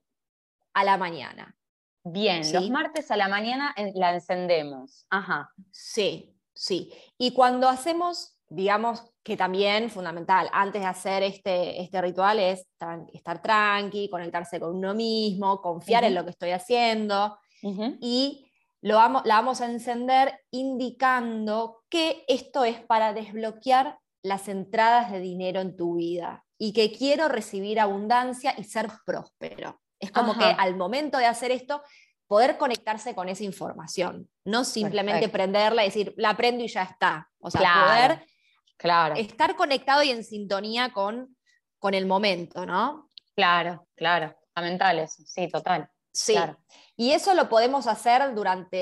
a la mañana, Bien, los ¿sí? martes a la mañana en- la encendemos. Ajá. Sí, sí. Y cuando hacemos, digamos que también fundamental, antes de hacer este, este ritual es tran- estar tranqui, conectarse con uno mismo, confiar en Ujú, lo que estoy haciendo ujú. y lo vamos, la vamos a encender indicando que esto es para desbloquear las entradas de dinero en tu vida y que quiero recibir abundancia y ser próspero. Es como que Ajá, al momento de hacer esto poder conectarse con esa información, no simplemente perfecto. prenderla y decir, la prendo y ya está. O sea, Claro, poder claro, estar conectado y en sintonía con, con el momento, ¿no? claro, claro. Fundamental eso, sí, total, claro. Sí, y eso lo podemos hacer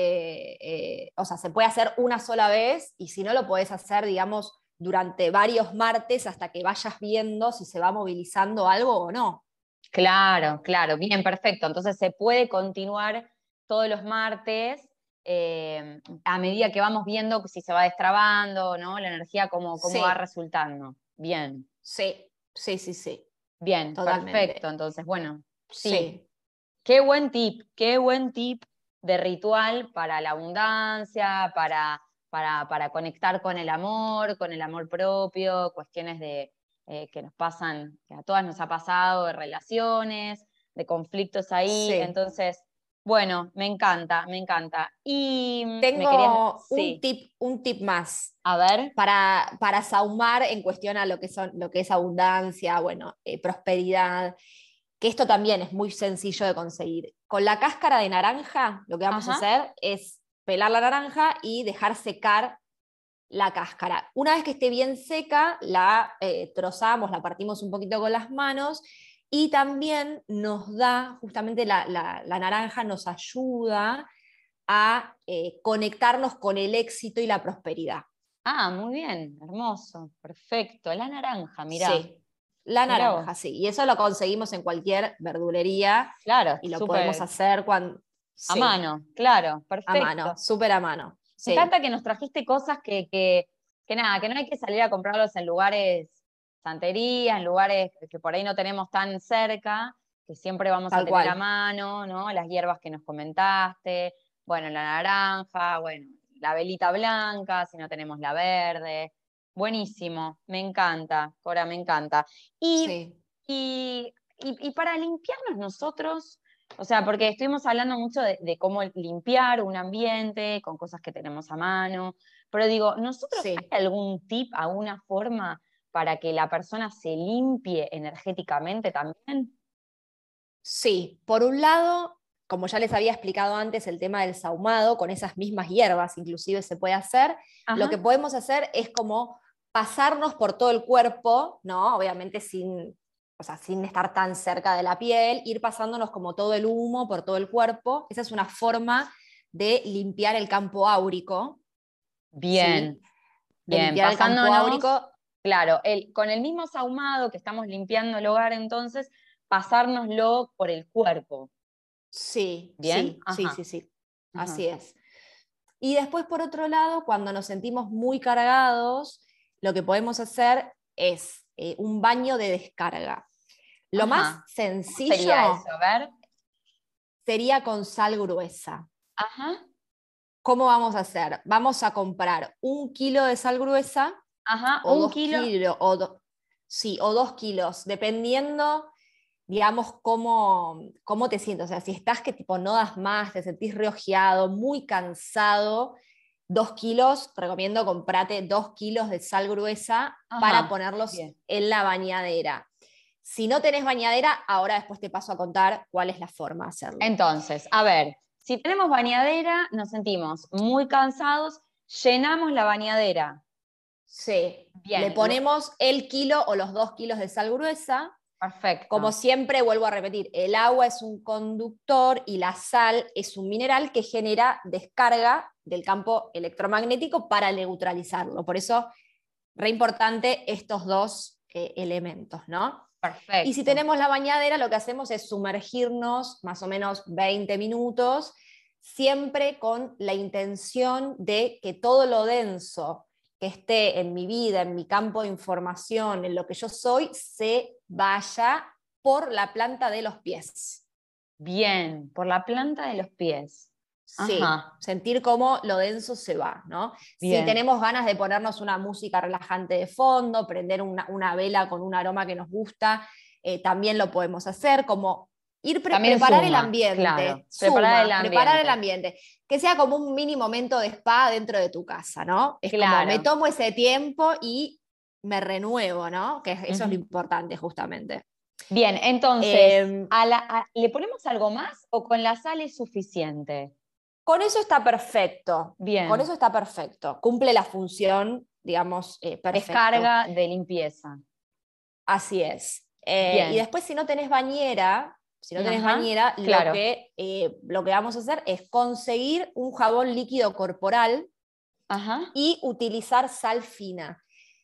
durante, eh, o sea, se puede hacer una sola vez y si no lo podés hacer, digamos, durante varios martes hasta que vayas viendo si se va movilizando algo o no. Claro, claro, bien, perfecto. Entonces se puede continuar todos los martes eh, a medida que vamos viendo si se va destrabando, ¿no? La energía, cómo, cómo va Sí, resultando. Bien, sí, sí, sí, sí, bien, perfecto. totalmente. Entonces, bueno, sí, Sí, qué buen tip, qué buen tip de ritual para la abundancia, para, para, para conectar con el amor, con el amor propio, cuestiones de, eh, que nos pasan, que a todas nos ha pasado, de relaciones, de conflictos ahí. sí. Entonces, bueno, me encanta, me encanta. Y mm, me querías, Tengo un sí, tip, un tip más a ver, para, para saumar en cuestión a lo que, son, lo que es abundancia, bueno, eh, prosperidad, que esto también es muy sencillo de conseguir. Con la cáscara de naranja, lo que vamos a ajá, hacer es pelar la naranja y dejar secar la cáscara. Una vez que esté bien seca, la eh, trozamos, la partimos un poquito con las manos y también nos da, justamente la, la, la naranja nos ayuda a eh, conectarnos con el éxito y la prosperidad. ah, muy bien, hermoso, perfecto. La naranja, mirá, Sí, la mirá naranja, vos. sí. Y eso lo conseguimos en cualquier verdulería Claro, y lo podemos súper hacer cuando, a sí, mano, claro, a mano, perfecto. súper a mano. Me Sí, encanta que nos trajiste cosas que, que, que nada, que no hay que salir a comprarlos en lugares, santerías, en lugares que por ahí no tenemos tan cerca, que siempre vamos a tal tener a cual. mano, ¿no? Las hierbas que nos comentaste, bueno, la naranja, bueno, la velita blanca, si no tenemos la verde. Buenísimo, me encanta, Cora, me encanta. Y, Sí. y, y, y para limpiarnos nosotros, O sea, porque estuvimos hablando mucho de, de cómo limpiar un ambiente con cosas que tenemos a mano, pero digo, ¿nosotros Sí. hay algún tip, alguna forma para que la persona se limpie energéticamente también? Sí, por un lado, como ya les había explicado antes, el tema del sahumado, con esas mismas hierbas inclusive se puede hacer. Lo Ajá. que podemos hacer es como pasarnos por todo el cuerpo, ¿no? Obviamente sin, o sea, sin estar tan cerca de la piel, ir pasándonos como todo el humo por todo el cuerpo. Esa es una forma de limpiar el campo áurico, Bien, ¿sí? De bien, limpiar el campo pasándonos, áurico, claro, el, con el mismo sahumado que estamos limpiando el hogar, entonces, pasárnoslo por el cuerpo. sí, ¿Bien? sí, sí, Ajá, sí, sí, ajá. así es. Y después, por otro lado, cuando nos sentimos muy cargados, lo que podemos hacer es eh, un baño de descarga. Lo más Ajá. ¿Cómo sería eso? sencillo A ver. sería con sal gruesa. Ajá, ¿Cómo vamos a hacer? Vamos a comprar un kilo de sal gruesa ajá, o un dos kilo. kilos, o do- sí, o dos kilos, dependiendo, digamos, cómo, cómo te sientes. O sea, si estás que tipo no das más, te sentís reojeado, muy cansado, dos kilos, recomiendo comprarte dos kilos de sal gruesa para Ajá, ponerlos bien. en la bañadera. Si no tenés bañadera, ahora después te paso a contar cuál es la forma de hacerlo. Entonces, a ver, si tenemos bañadera, nos sentimos muy cansados, llenamos la bañadera. Sí, le Bien, lo- ponemos el kilo o los dos kilos de sal gruesa. Como perfecto. siempre, vuelvo a repetir, el agua es un conductor y la sal es un mineral que genera descarga del campo electromagnético para neutralizarlo. Por eso, re importante estos dos eh, elementos, ¿no? Y si Perfecto. tenemos la bañadera, lo que hacemos es sumergirnos más o menos veinte minutos, siempre con la intención de que todo lo denso que esté en mi vida, en mi campo de información, en lo que yo soy, se vaya por la planta de los pies. Bien, por la planta de los pies. Sí, Ajá, sentir cómo lo denso se va, ¿no? Si bien. tenemos ganas de ponernos una música relajante de fondo, prender una, una vela con un aroma que nos gusta, eh, también lo podemos hacer, como ir pre También preparar el suma, claro. ambiente, Preparar el suma, preparar el ambiente. ambiente, que sea como un mini momento de spa dentro de tu casa, ¿no? Es como me Claro. tomo ese tiempo y me renuevo, ¿no? Que eso es lo Ujú. importante justamente. Bien, entonces, Eh, a la- a- ¿le ponemos algo más o con la sal es suficiente? Con eso está perfecto, con Bien, eso está perfecto. Cumple la función, digamos, eh, perfecto. descarga de limpieza. Así es. Eh, y Bien, después, si no tenés bañera, si no tenés ajá, bañera, lo claro, que, eh, lo que vamos a hacer es conseguir un jabón líquido corporal ajá, y utilizar sal fina.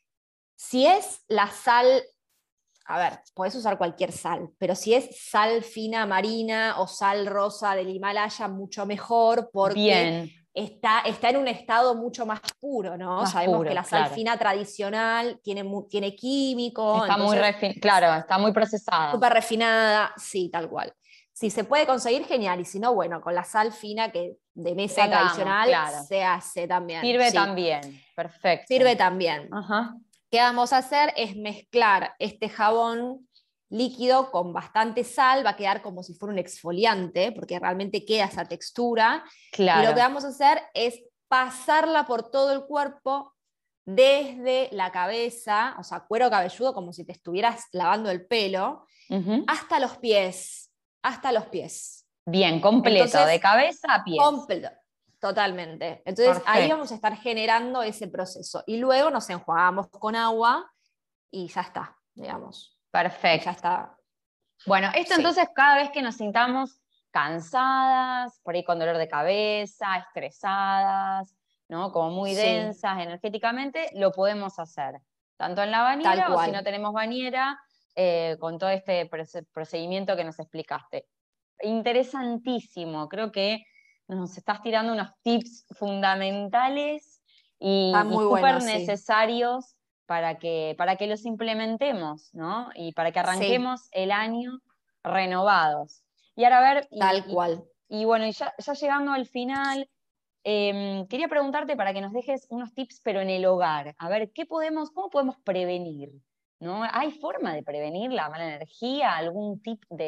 Si es la sal, a ver, puedes usar cualquier sal, pero si es sal fina marina o sal rosa del Himalaya, mucho mejor porque bien, está, está en un estado mucho más puro, ¿no? más Sabemos que puro, la sal claro. fina tradicional tiene, tiene químico, Está muy entonces refinada, claro, está muy procesada. súper refinada, sí, tal cual. Si se puede conseguir, genial, y si no, bueno, con la sal fina que de mesa Tengamos, tradicional claro. se hace también, Sirve sí, también, perfecto. sirve también. Ajá, ¿Qué vamos a hacer? Es mezclar este jabón líquido con bastante sal, va a quedar como si fuera un exfoliante, porque realmente queda esa textura, y lo que claro. vamos a hacer es pasarla por todo el cuerpo, desde la cabeza, o sea, cuero cabelludo, como si te estuvieras lavando el pelo, Ujú. hasta los pies, hasta los pies. Bien, completo, de Entonces, cabeza a pies. completo, totalmente. Entonces ahí Perfecto. vamos a estar generando ese proceso. Y luego nos enjuagamos con agua y ya está, digamos. Y ya Perfecto. está, Bueno, esto sí, entonces cada vez que nos sintamos cansadas, por ahí con dolor de cabeza, estresadas, ¿no? Como muy sí, densas energéticamente, lo podemos hacer. Tanto en la tal bañera o si no cual. tenemos bañera, eh, con todo este proce- procedimiento que nos explicaste. Interesantísimo, creo que nos estás tirando unos tips fundamentales Está y, y muy bueno, súper sí. necesarios para que, para que los implementemos, ¿no? Y para que Sí, arranquemos el año renovados. Y ahora a ver, y, tal y- cual. y bueno, y ya, ya llegando al final, em, quería preguntarte para que nos dejes unos tips, pero en el hogar. A ver, ¿qué podemos, cómo podemos prevenir? ¿No? ¿Hay forma de prevenir la mala energía? ¿Algún tip de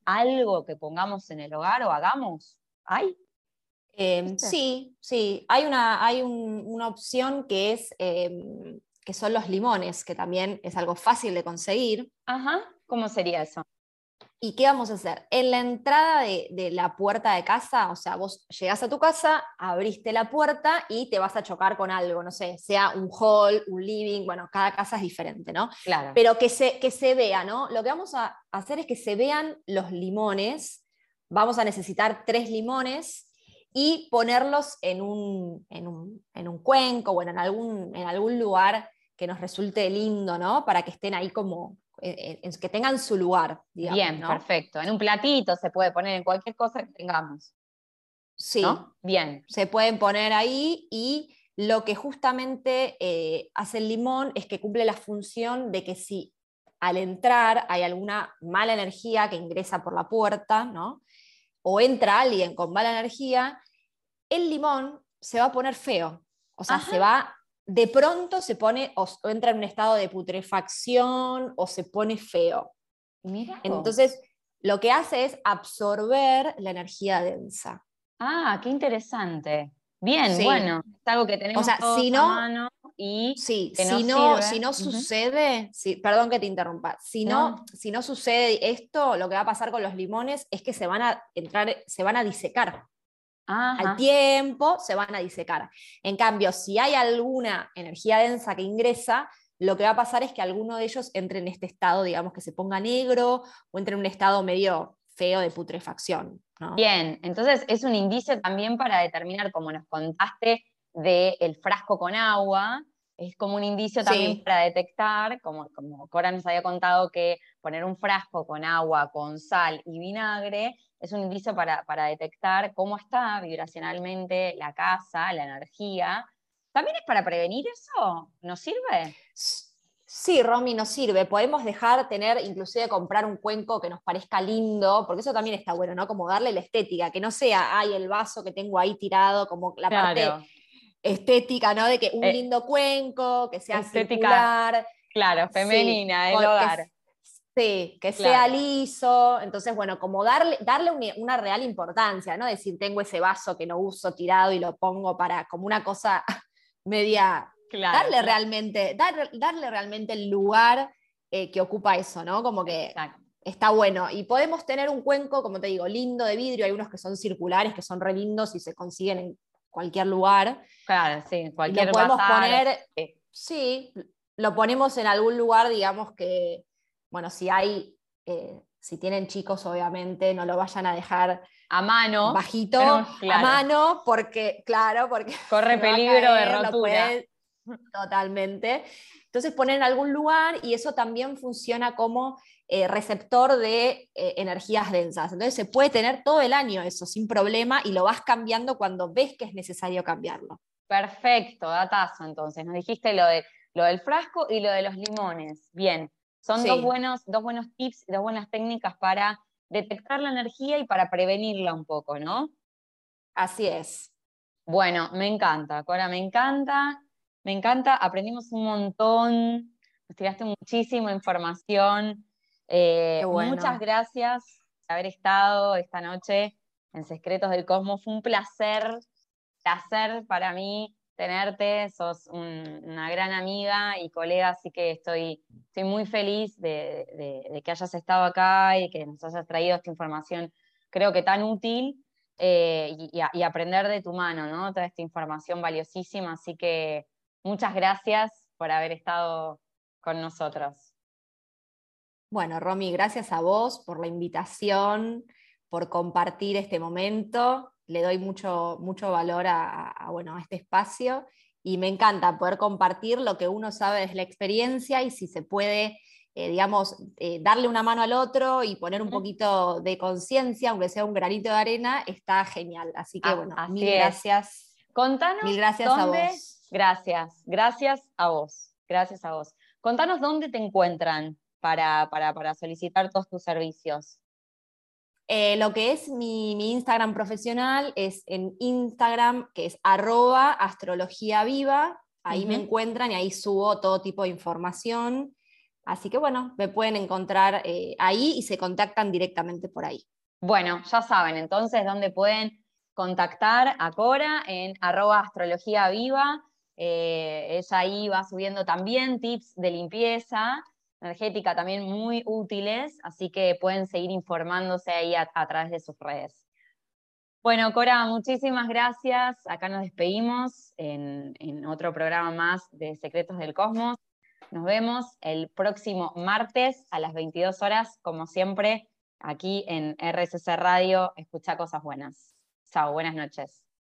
algo que pongamos en el hogar o hagamos? ¿Hay? Eh, sí, sí, hay una, hay un- una opción que es eh, que son los limones, que también es algo fácil de conseguir. Ajá, ¿cómo sería eso? ¿Y qué vamos a hacer? En la entrada de, de la puerta de casa, o sea, vos llegás a tu casa, abriste la puerta y te vas a chocar con algo, no sé, sea un hall, un living, bueno, cada casa es diferente, ¿no? Claro. Pero que se, que se vea, ¿no? Lo que vamos a hacer es que se vean los limones, vamos a necesitar tres limones y ponerlos en un, en un, en un cuenco, bueno, en algún, en algún lugar que nos resulte lindo, ¿no? Para que estén ahí como eh, eh, que tengan su lugar, digamos, Bien, ¿no? perfecto. En un platito se puede poner en cualquier cosa que tengamos, Sí, ¿no? Bien. se pueden poner ahí y lo que justamente eh, hace el limón es que cumple la función de que si al entrar hay alguna mala energía que ingresa por la puerta, ¿no? O entra alguien con mala energía, el limón se va a poner feo. O sea, Ajá, se va, de pronto se pone, o, o entra en un estado de putrefacción o se pone feo. mira Entonces, vos. lo que hace es absorber la energía densa. Ah, qué interesante. Bien, Sí. bueno, es algo que O tenemos sea, todos si a no, mano y sí, que nos si no, sirve. si no Ujú. sucede, si, perdón que te interrumpa, si no, No, si no sucede esto, lo que va a pasar con los limones es que se van a entrar, se van a disecar. Al ajá. tiempo se van a disecar. En cambio, si hay alguna energía densa que ingresa, lo que va a pasar es que alguno de ellos entre en este estado, digamos, que se ponga negro o entre en un estado medio feo de putrefacción, ¿no? Bien, entonces es un indicio también para determinar, como nos contaste, del frasco con agua, es como un indicio también Sí, para detectar, como, como Cora nos había contado, que poner un frasco con agua, con sal y vinagre es un indicio para, para detectar cómo está vibracionalmente la casa, la energía. ¿También es para prevenir eso? ¿Nos sirve? sí, Romy, nos sirve. Podemos dejar, tener, inclusive comprar un cuenco que nos parezca lindo, porque eso también está bueno, ¿no? Como darle la estética, que no sea, ay, el vaso que tengo ahí tirado, como la parte Claro, estética, ¿no? De que un eh, lindo cuenco, que sea estética, circular, claro, sí, femenina, del co- que, hogar, s- sí, que sea claro. liso. Entonces, bueno, como darle, darle una, una real importancia, ¿no? Decir, tengo ese vaso que no uso tirado y lo pongo para, como una cosa media, Claro, darle claro. realmente, dar, darle realmente el lugar eh, que ocupa eso, ¿no? Como que Exacto. está bueno. Y podemos tener un cuenco, como te digo, lindo de vidrio. Hay unos que son circulares, que son re lindos y se consiguen en cualquier lugar. Claro, sí, Y lo cualquier podemos bazar. poner, Sí. sí, lo ponemos en algún lugar, digamos que, bueno, si hay, eh, si tienen chicos, obviamente, no lo vayan a dejar A mano, bajito tenemos, a claro, mano, porque, claro, porque corre se va a peligro de caer, lo rotura. puede totalmente. Entonces poner en algún lugar y eso también funciona como eh, receptor de eh, energías densas. Entonces se puede tener todo el año eso sin problema y lo vas cambiando cuando ves que es necesario cambiarlo. Perfecto, datazo entonces. Nos dijiste lo, de, lo del frasco y lo de los limones. Bien, son dos Sí, buenos, dos buenos tips, dos buenas técnicas para detectar la energía y para prevenirla un poco, ¿no? así es. Bueno, me encanta, Cora, me encanta, me encanta, aprendimos un montón, nos tiraste muchísima información. Qué Eh, muchas bueno. gracias por haber estado esta noche en Secretos del Cosmos. Fue un placer, placer para mí tenerte, sos un- una gran amiga y colega, así que estoy, estoy muy feliz de, de de que hayas estado acá y que nos hayas traído esta información, creo que tan útil eh, y, y a- y aprender de tu mano, ¿no? Toda esta información valiosísima. Así que muchas gracias por haber estado con nosotros. Bueno, Romy, gracias a vos por la invitación, por compartir este momento. Le doy mucho, mucho valor a, a, bueno, a este espacio y me encanta poder compartir lo que uno sabe desde la experiencia y si se puede, eh, digamos, eh, darle una mano al otro y poner un Ujú. poquito de conciencia, aunque sea un granito de arena, está genial. Así que, A- bueno, así mil es. gracias, mil Contanos gracias a dónde. vos. Gracias, gracias a vos, gracias a vos. Contanos dónde te encuentran para, para, para solicitar todos tus servicios. Eh, lo que es mi, mi Instagram profesional es en Instagram, que es arroba astrología viva. Ahí me Ujú. encuentran y ahí subo todo tipo de información. Así que bueno, me pueden encontrar eh, ahí y se contactan directamente por ahí. Bueno, ya saben, entonces, dónde pueden contactar a Cora en arroba astrología viva. Eh, ella ahí va subiendo también tips de limpieza energética también muy útiles, así que pueden seguir informándose ahí a, a través de sus redes. Bueno, Cora, muchísimas gracias. Acá nos despedimos en, en otro programa más de Secretos del Cosmos. Nos vemos el próximo martes a las veintidós horas, como siempre, aquí en R S C Radio. Escucha cosas buenas. Chao, buenas noches.